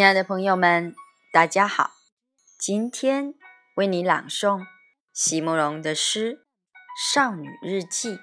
亲爱的朋友们，大家好，今天为你朗诵席慕容的诗《少女日记》。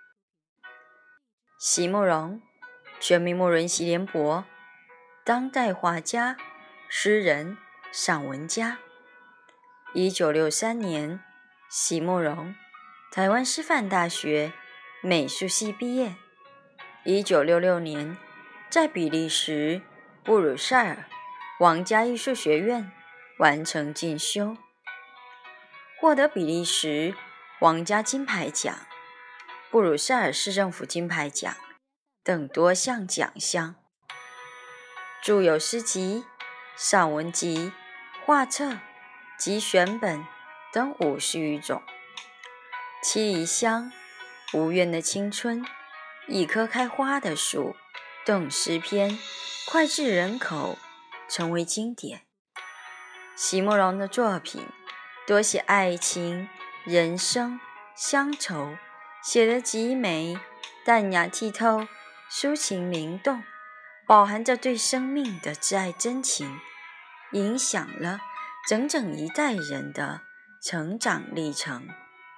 席慕容，全名慕容席联博，当代画家、诗人、散文家。1963年，席慕容台湾师范大学美术系毕业。1966年，在比利时布鲁塞尔皇家艺术学院完成进修，获得比利时皇家金牌奖、布鲁塞尔市政府金牌奖等多项奖项。著有诗集、散文集、画册及选本等50余种。七里香、无怨的青春、一棵开花的树等诗篇脍炙人口，成为经典。席慕容的作品多写爱情、人生、乡愁，写得极美，淡雅剔透，抒情灵动，饱含着对生命的挚爱真情，影响了整整一代人的成长历程。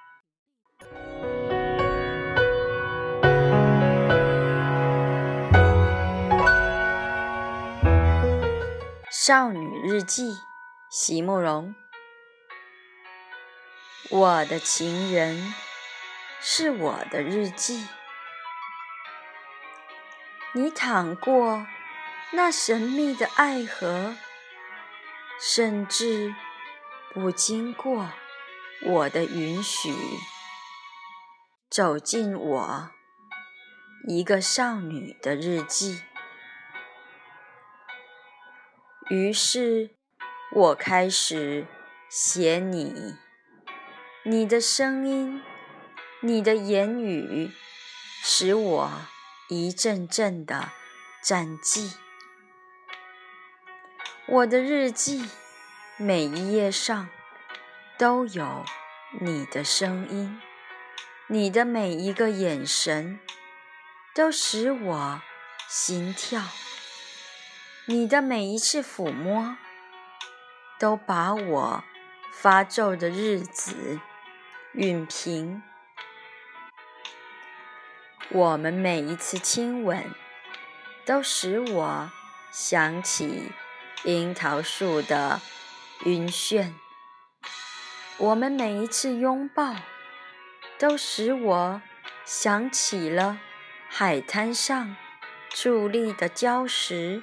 少女日记，席慕容。我的情人是我的日记，你淌过那神秘的爱河，甚至不经过我的允许，走进我一个少女的日记。于是我开始写你，你的声音，你的言语，使我一阵阵的战悸。我的日记每一页上都有你的声音，你的每一个眼神都使我心跳，你的每一次抚摸都把我发皱的日子熨平，我们每一次亲吻都使我想起樱桃树的晕眩，我们每一次拥抱都使我想起了海滩上矗立的礁石。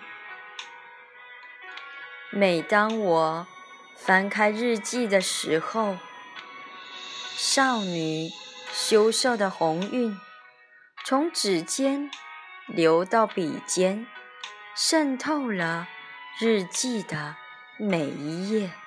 每当我翻开日记的时候，少女羞涩的红晕从指尖流到笔尖，渗透了日记的每一页。